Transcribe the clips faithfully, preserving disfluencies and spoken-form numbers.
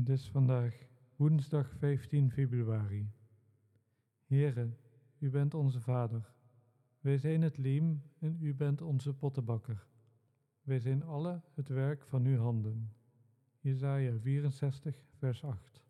Het is vandaag woensdag vijftien februari. Heere, u bent onze Vader. Wij zijn het leem en u bent onze pottenbakker. Wij zijn alle het werk van uw handen. Jesaja vierenzestig, vers acht.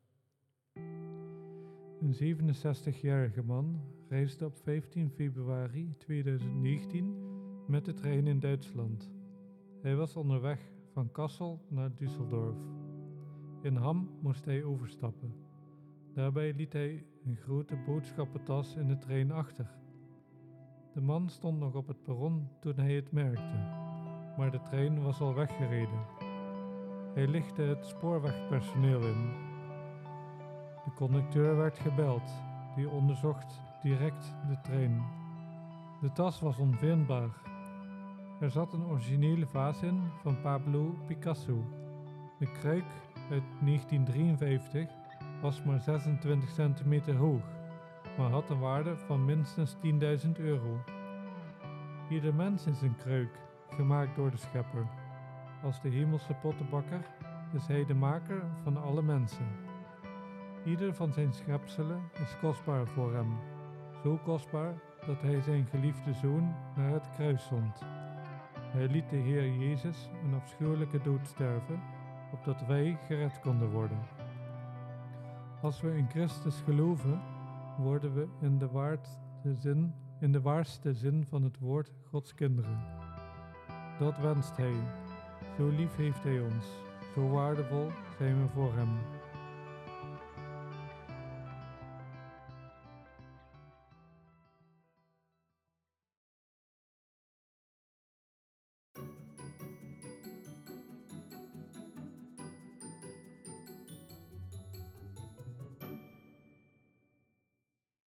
Een zevenenzestigjarige man reisde op vijftien februari tweeduizend negentien met de trein in Duitsland. Hij was onderweg van Kassel naar Düsseldorf. In Hamm moest hij overstappen. Daarbij liet hij een grote boodschappentas in de trein achter. De man stond nog op het perron toen hij het merkte, maar de trein was al weggereden. Hij lichtte het spoorwegpersoneel in. De conducteur werd gebeld, die onderzocht direct de trein. De tas was onvindbaar. Er zat een originele vaas in van Pablo Picasso. De kruik uit negentien drieënvijftig was maar zesentwintig centimeter hoog, maar had een waarde van minstens tienduizend euro. Ieder mens is een kruik, gemaakt door de Schepper. Als de hemelse pottenbakker is hij de maker van alle mensen. Ieder van zijn schepselen is kostbaar voor hem, zo kostbaar dat hij zijn geliefde zoon naar het kruis zond. Hij liet de Heer Jezus een afschuwelijke dood sterven, opdat wij gered konden worden. Als we in Christus geloven, worden we in de, waarste zin, in de waarste zin van het woord Gods kinderen. Dat wenst Hij. Zo lief heeft Hij ons, zo waardevol zijn we voor Hem.